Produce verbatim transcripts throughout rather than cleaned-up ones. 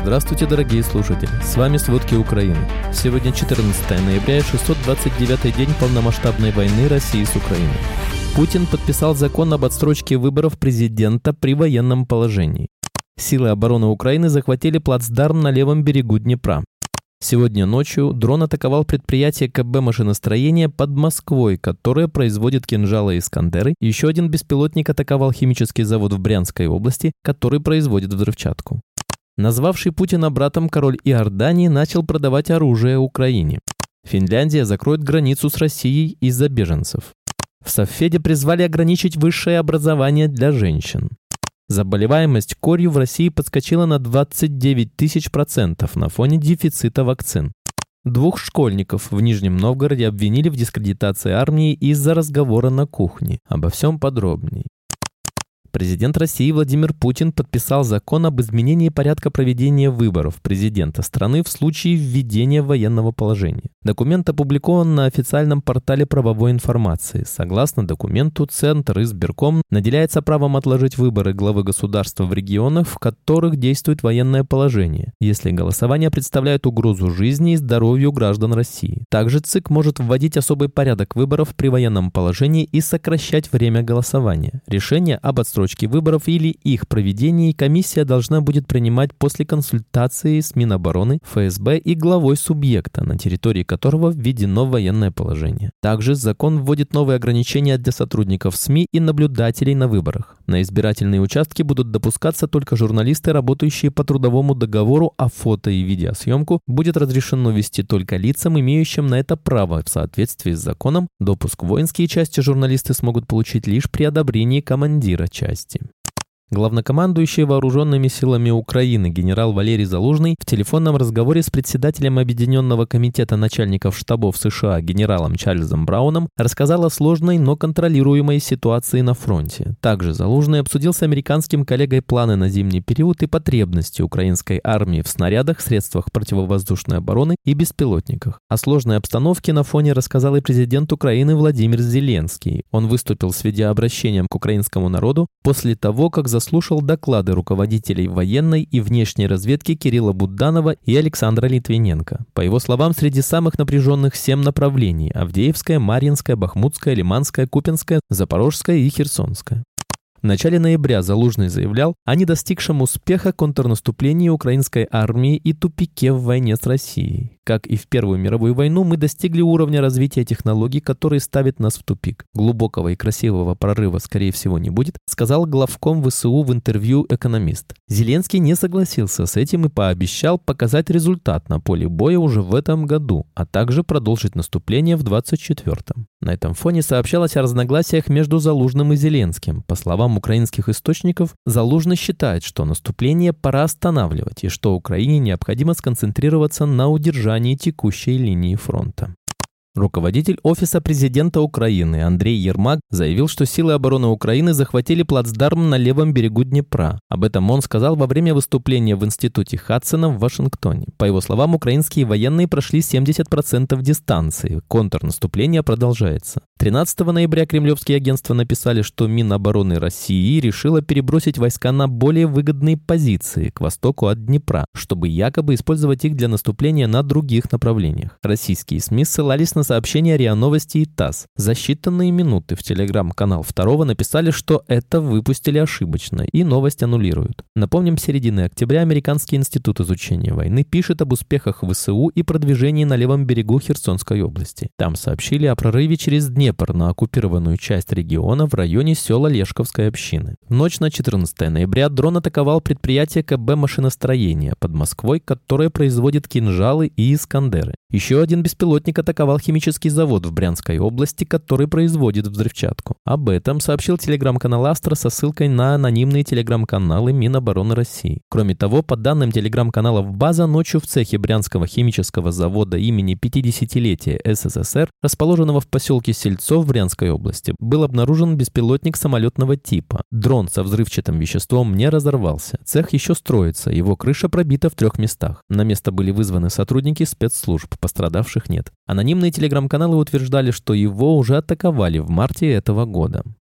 Здравствуйте, дорогие слушатели! С вами «Сводки Украины». Сегодня четырнадцатое ноября и шестьсот двадцать девятый день полномасштабной войны России с Украиной. Путин подписал закон об отсрочке выборов президента при военном положении. Силы обороны Украины захватили плацдарм на левом берегу Днепра. Сегодня ночью дрон атаковал предприятие ка бэ машиностроения под Москвой, которое производит кинжалы и искандеры. Еще один беспилотник атаковал химический завод в Брянской области, который производит взрывчатку. Назвавший Путина братом король Иордании начал продавать оружие Украине. Финляндия закроет границу с Россией из-за беженцев. В Совфеде призвали ограничить высшее образование для женщин. Заболеваемость корью в России подскочила на двадцать девять тысяч процентов на фоне дефицита вакцин. Двух школьников в Нижнем Новгороде обвинили в дискредитации армии из-за разговора на кухне. Обо всем подробней. Президент России Владимир Путин подписал закон об изменении порядка проведения выборов президента страны в случае введения военного положения. Документ опубликован на официальном портале правовой информации. Согласно документу, Центр избирком наделяется правом отложить выборы главы государства в регионах, в которых действует военное положение, если голосование представляет угрозу жизни и здоровью граждан России. Также ЦИК может вводить особый порядок выборов при военном положении и сокращать время голосования. Решение об отсрочке выборов или их проведении комиссия должна будет принимать после консультации с Минобороны, эф эс бэ и главой субъекта, на территории которого введено военное положение. Также закон вводит новые ограничения для сотрудников СМИ и наблюдателей на выборах. На избирательные участки будут допускаться только журналисты, работающие по трудовому договору, а фото и видеосъемку будет разрешено вести только лицам, имеющим на это право в соответствии с законом. Допуск в воинские части журналисты смогут получить лишь при одобрении командира части. Главнокомандующий вооруженными силами Украины генерал Валерий Залужный в телефонном разговоре с председателем Объединенного комитета начальников штабов США генералом Чарльзом Брауном рассказал о сложной, но контролируемой ситуации на фронте. Также Залужный обсудил с американским коллегой планы на зимний период и потребности украинской армии в снарядах, средствах противовоздушной обороны и беспилотниках. О сложной обстановке на фоне рассказал и президент Украины Владимир Зеленский. Он выступил с видеообращением к украинскому народу после того, как за слушал доклады руководителей военной и внешней разведки Кирилла Буданова и Александра Литвиненко. По его словам, среди самых напряженных семь направлений – Авдеевская, Марьинская, Бахмутская, Лиманская, Купянская, Запорожская и Херсонская. В начале ноября Залужный заявлял о недостигшем успеха контрнаступлении украинской армии и тупике в войне с Россией. Как и в Первую мировую войну, мы достигли уровня развития технологий, который ставит нас в тупик. Глубокого и красивого прорыва, скорее всего, не будет, сказал главком вэ эс у в интервью «Экономист». Зеленский не согласился с этим и пообещал показать результат на поле боя уже в этом году, а также продолжить наступление в двадцать четвёртом. На этом фоне сообщалось о разногласиях между Залужным и Зеленским. По словам украинских источников, Залужный считает, что наступление пора останавливать и что Украине необходимо сконцентрироваться на удержании текущей линии фронта. Руководитель Офиса президента Украины Андрей Ермак заявил, что силы обороны Украины захватили плацдарм на левом берегу Днепра. Об этом он сказал во время выступления в институте Хадсона в Вашингтоне. По его словам, украинские военные прошли семьдесят процентов дистанции. Контрнаступление продолжается. тринадцатого ноября кремлевские агентства написали, что Минобороны России решила перебросить войска на более выгодные позиции к востоку от Днепра, чтобы якобы использовать их для наступления на других направлениях. Российские СМИ ссылались на сообщения РИА Новости и ТАСС. За считанные минуты в телеграм-канал второго написали, что это выпустили ошибочно и новость аннулируют. Напомним, с середины октября Американский институт изучения войны пишет об успехах вэ эс у и продвижении на левом берегу Херсонской области. Там сообщили о прорыве через Днепр на оккупированную часть региона в районе села Лешковской общины. В ночь на четырнадцатое ноября дрон атаковал предприятие ка бэ машиностроения под Москвой, которое производит кинжалы и искандеры. Еще один беспилотник атаковал химический завод в Брянской области, который производит взрывчатку. Об этом сообщил телеграм-канал «Астра» со ссылкой на анонимные телеграм-каналы Минобороны России. Кроме того, по данным телеграм-каналов «База», ночью в цехе Брянского химического завода имени пятидесятилетия эс эс эс эр, расположенного в поселке Сельцов в Брянской области, был обнаружен беспилотник самолетного типа. Дрон со взрывчатым веществом не разорвался. Цех еще строится, его крыша пробита в трех местах. На место были вызваны сотрудники спецслужб, пострадавших нет. Анонимные телеграм-каналы утверждали, что его уже атаковали в марте этого года.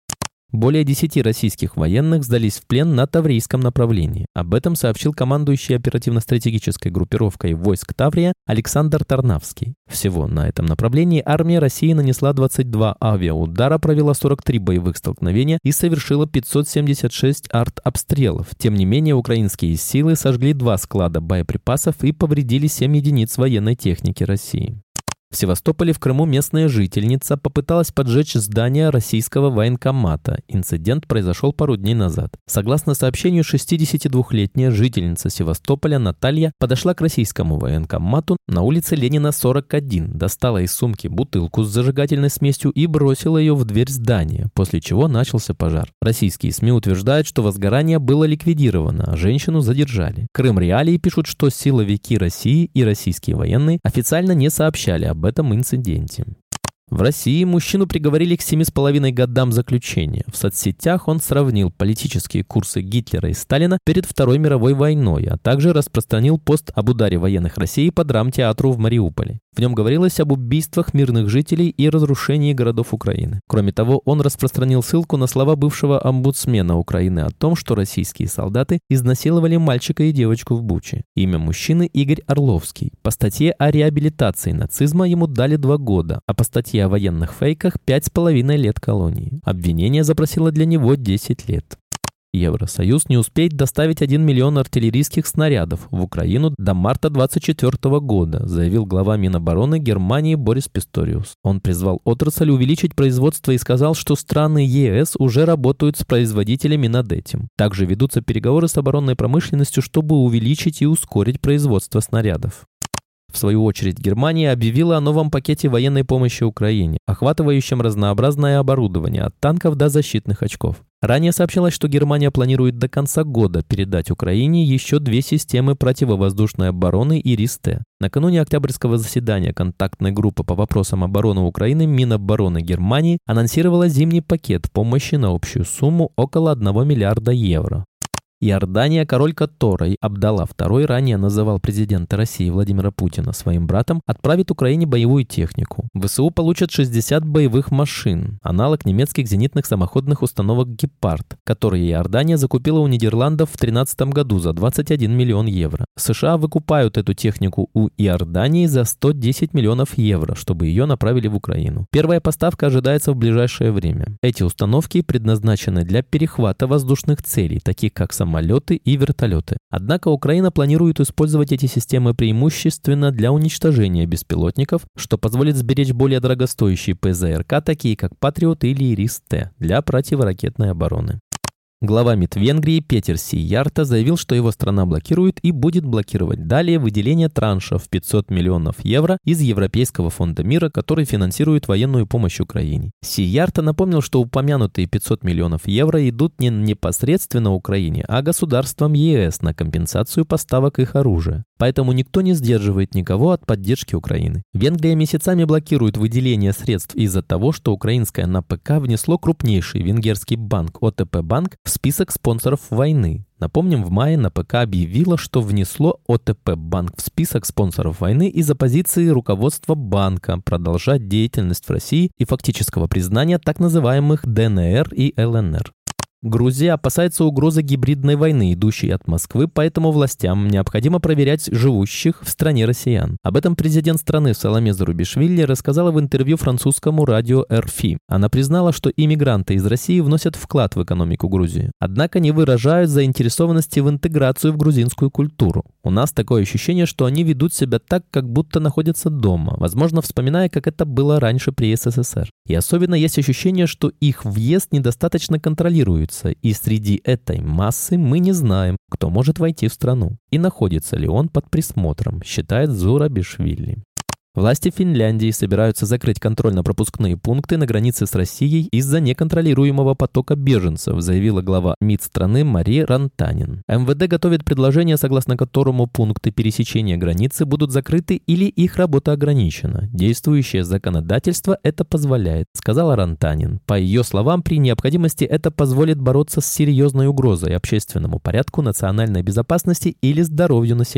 Более десяти российских военных сдались в плен на Таврийском направлении. Об этом сообщил командующий оперативно-стратегической группировкой войск Таврия Александр Тарнавский. Всего на этом направлении армия России нанесла двадцать два авиаудара, провела сорок три боевых столкновения и совершила пятьсот семьдесят шесть артобстрелов. Тем не менее, украинские силы сожгли два склада боеприпасов и повредили семь единиц военной техники России. В Севастополе в Крыму местная жительница попыталась поджечь здание российского военкомата. Инцидент произошел пару дней назад. Согласно сообщению, шестидесятидвухлетняя жительница Севастополя Наталья подошла к российскому военкомату на улице Ленина, сорок один, достала из сумки бутылку с зажигательной смесью и бросила ее в дверь здания, после чего начался пожар. Российские СМИ утверждают, что возгорание было ликвидировано, а женщину задержали. Крым Реалии пишут, что силовики России и российские военные официально не сообщали об об этом инциденте. В России мужчину приговорили к семи с половиной годам заключения. В соцсетях он сравнил политические курсы Гитлера и Сталина перед Второй мировой войной, а также распространил пост об ударе военных России по драмтеатру в Мариуполе. В нем говорилось об убийствах мирных жителей и разрушении городов Украины. Кроме того, он распространил ссылку на слова бывшего омбудсмена Украины о том, что российские солдаты изнасиловали мальчика и девочку в Буче. Имя мужчины Игорь Орловский. По статье о реабилитации нацизма ему дали два года, а по статье о военных фейках пять с половиной лет колонии. Обвинение запросило для него десять лет. Евросоюз не успеет доставить один миллион артиллерийских снарядов в Украину до марта двадцать четвёртого года, заявил глава Минобороны Германии Борис Писториус. Он призвал отрасль увеличить производство и сказал, что страны ЕС уже работают с производителями над этим. Также ведутся переговоры с оборонной промышленностью, чтобы увеличить и ускорить производство снарядов. В свою очередь, Германия объявила о новом пакете военной помощи Украине, охватывающем разнообразное оборудование от танков до защитных очков. Ранее сообщалось, что Германия планирует до конца года передать Украине еще две системы противовоздушной обороны ИРИС-Т. Накануне октябрьского заседания контактной группы по вопросам обороны Украины Минобороны Германии анонсировала зимний пакет помощи на общую сумму около одного миллиарда евро. Иордания, король которой Абдалла второй ранее называл президента России Владимира Путина своим братом, отправит Украине боевую технику. ВСУ получат шестьдесят боевых машин, аналог немецких зенитных самоходных установок «Гепард», которые Иордания закупила у Нидерландов в две тысячи тринадцатом году за двадцать один миллион евро. США выкупают эту технику у Иордании за сто десять миллионов евро, чтобы ее направили в Украину. Первая поставка ожидается в ближайшее время. Эти установки предназначены для перехвата воздушных целей, таких как самолеты, самолеты и вертолеты. Однако Украина планирует использовать эти системы преимущественно для уничтожения беспилотников, что позволит сберечь более дорогостоящие ПЗРК, такие как «Патриот» или ИРИС-Т, для противоракетной обороны. Глава МИД Венгрии Петер Сиярто заявил, что его страна блокирует и будет блокировать далее выделение транша в пятьсот миллионов евро из Европейского фонда мира, который финансирует военную помощь Украине. Сиярто напомнил, что упомянутые пятьсот миллионов евро идут не непосредственно Украине, а государствам ЕС на компенсацию поставок их оружия. Поэтому никто не сдерживает никого от поддержки Украины. Венгрия месяцами блокирует выделение средств из-за того, что украинское эн а пэ ка внесло крупнейший венгерский банк о тэ пэ-банк в список спонсоров войны. Напомним, в мае эн а пэ ка объявило, что внесло о тэ пэ-банк в список спонсоров войны из-за позиции руководства банка продолжать деятельность в России и фактического признания так называемых дэ эн эр и эл эн эр. Грузия опасается угрозы гибридной войны, идущей от Москвы, поэтому властям необходимо проверять живущих в стране россиян. Об этом президент страны Саломе Зурабишвили рассказала в интервью французскому радио эр эф и. Она признала, что иммигранты из России вносят вклад в экономику Грузии, однако не выражают заинтересованности в интеграцию в грузинскую культуру. У нас такое ощущение, что они ведут себя так, как будто находятся дома, возможно, вспоминая, как это было раньше при эс эс эс эр. И особенно есть ощущение, что их въезд недостаточно контролируется, и среди этой массы мы не знаем, кто может войти в страну и находится ли он под присмотром, считает Зурабишвили. Власти Финляндии собираются закрыть контрольно-пропускные пункты на границе с Россией из-за неконтролируемого потока беженцев, заявила глава МИД страны Мари Рантанин. эм вэ дэ готовит предложение, согласно которому пункты пересечения границы будут закрыты или их работа ограничена. Действующее законодательство это позволяет, сказала Рантанин. По ее словам, при необходимости это позволит бороться с серьезной угрозой общественному порядку, национальной безопасности или здоровью населения.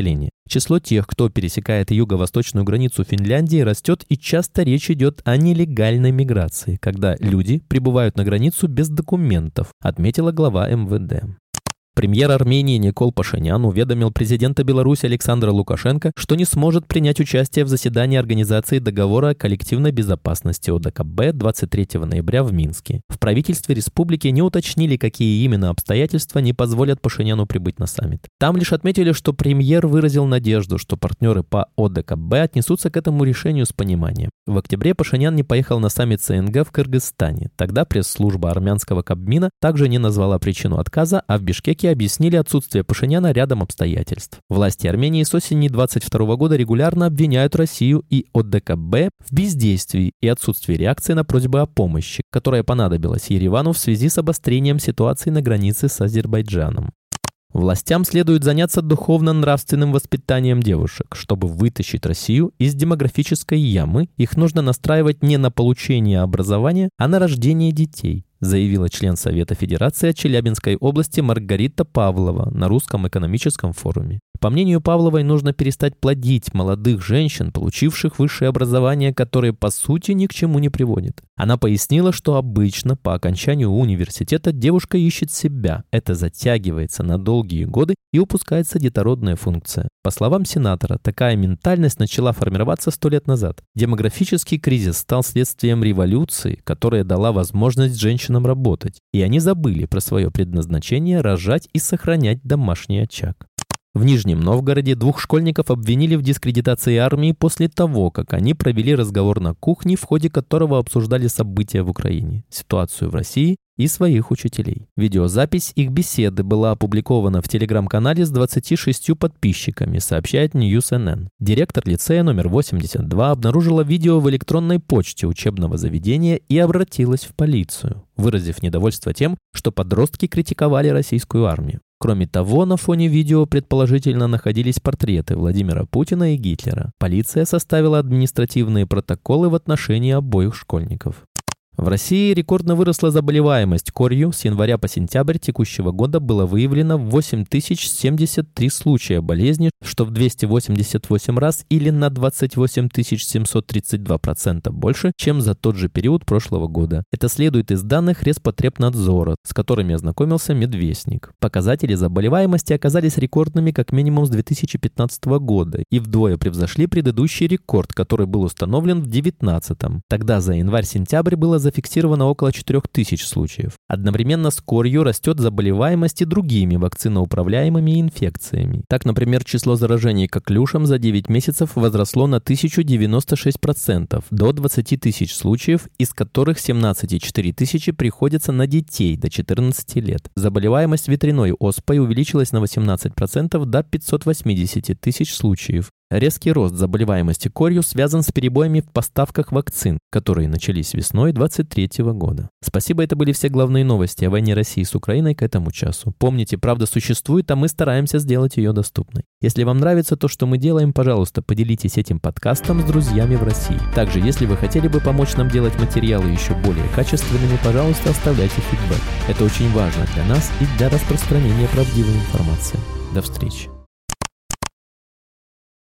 Число тех, кто пересекает юго-восточную границу Финляндии, растет, и часто речь идет о нелегальной миграции, когда люди прибывают на границу без документов, отметила глава эм вэ дэ. Премьер Армении Никол Пашинян уведомил президента Беларуси Александра Лукашенко, что не сможет принять участие в заседании Организации договора о коллективной безопасности о дэ ка бэ двадцать третьего ноября в Минске. В правительстве республики не уточнили, какие именно обстоятельства не позволят Пашиняну прибыть на саммит. Там лишь отметили, что премьер выразил надежду, что партнеры по о дэ ка бэ отнесутся к этому решению с пониманием. В октябре Пашинян не поехал на саммит цэ эн гэ в Кыргызстане. Тогда пресс-служба армянского Кабмина также не назвала причину отказа, а в Бишкеке объяснили отсутствие Пашиняна рядом обстоятельств. Власти Армении с осени двадцать второго года регулярно обвиняют Россию и о дэ ка бэ в бездействии и отсутствии реакции на просьбы о помощи, которая понадобилась Еревану в связи с обострением ситуации на границе с Азербайджаном. Властям следует заняться духовно-нравственным воспитанием девушек. Чтобы вытащить Россию из демографической ямы, их нужно настраивать не на получение образования, а на рождение детей, заявила член Совета Федерации Челябинской области Маргарита Павлова на Русском экономическом форуме. По мнению Павловой, нужно перестать плодить молодых женщин, получивших высшее образование, которое по сути ни к чему не приводит. Она пояснила, что обычно по окончанию университета девушка ищет себя. Это затягивается на долгие годы и упускается детородная функция. По словам сенатора, такая ментальность начала формироваться сто лет назад. Демографический кризис стал следствием революции, которая дала возможность женщинам работать, и они забыли про свое предназначение рожать и сохранять домашний очаг. В Нижнем Новгороде двух школьников обвинили в дискредитации армии после того, как они провели разговор на кухне, в ходе которого обсуждали события в Украине, ситуацию в России и своих учителей. Видеозапись их беседы была опубликована в телеграм-канале с двадцатью шестью подписчиками, сообщает News эн эн. Директор лицея номер восемьдесят два обнаружила видео в электронной почте учебного заведения и обратилась в полицию, выразив недовольство тем, что подростки критиковали российскую армию. Кроме того, на фоне видео предположительно находились портреты Владимира Путина и Гитлера. Полиция составила административные протоколы в отношении обоих школьников. В России рекордно выросла заболеваемость корью. С января по сентябрь текущего года было выявлено восемь тысяч семьдесят три случая болезни, что в двести восемьдесят восемь раз или на двадцать восемь тысяч семьсот тридцать два процента больше, чем за тот же период прошлого года. Это следует из данных Роспотребнадзора, с которыми ознакомился Медвестник. Показатели заболеваемости оказались рекордными как минимум с две тысячи пятнадцатого года и вдвое превзошли предыдущий рекорд, который был установлен в две тысячи девятнадцатом. Тогда за январь-сентябрь было зафиксировано около четырех тысяч случаев. Одновременно с корью растет заболеваемость и другими вакциноуправляемыми инфекциями. Так, например, число заражений коклюшем за девять месяцев возросло на тысячу девяносто шесть процентов до двадцати тысяч случаев, из которых семнадцать целых четыре десятых тысячи приходится на детей до четырнадцати лет. Заболеваемость ветряной оспой увеличилась на восемнадцать процентов до пятисот восьмидесяти тысяч случаев. Резкий рост заболеваемости корью связан с перебоями в поставках вакцин, которые начались весной двадцать третьего года. Спасибо, это были все главные новости о войне России с Украиной к этому часу. Помните, правда существует, а мы стараемся сделать ее доступной. Если вам нравится то, что мы делаем, пожалуйста, поделитесь этим подкастом с друзьями в России. Также, если вы хотели бы помочь нам делать материалы еще более качественными, пожалуйста, оставляйте фидбэк. Это очень важно для нас и для распространения правдивой информации. До встречи.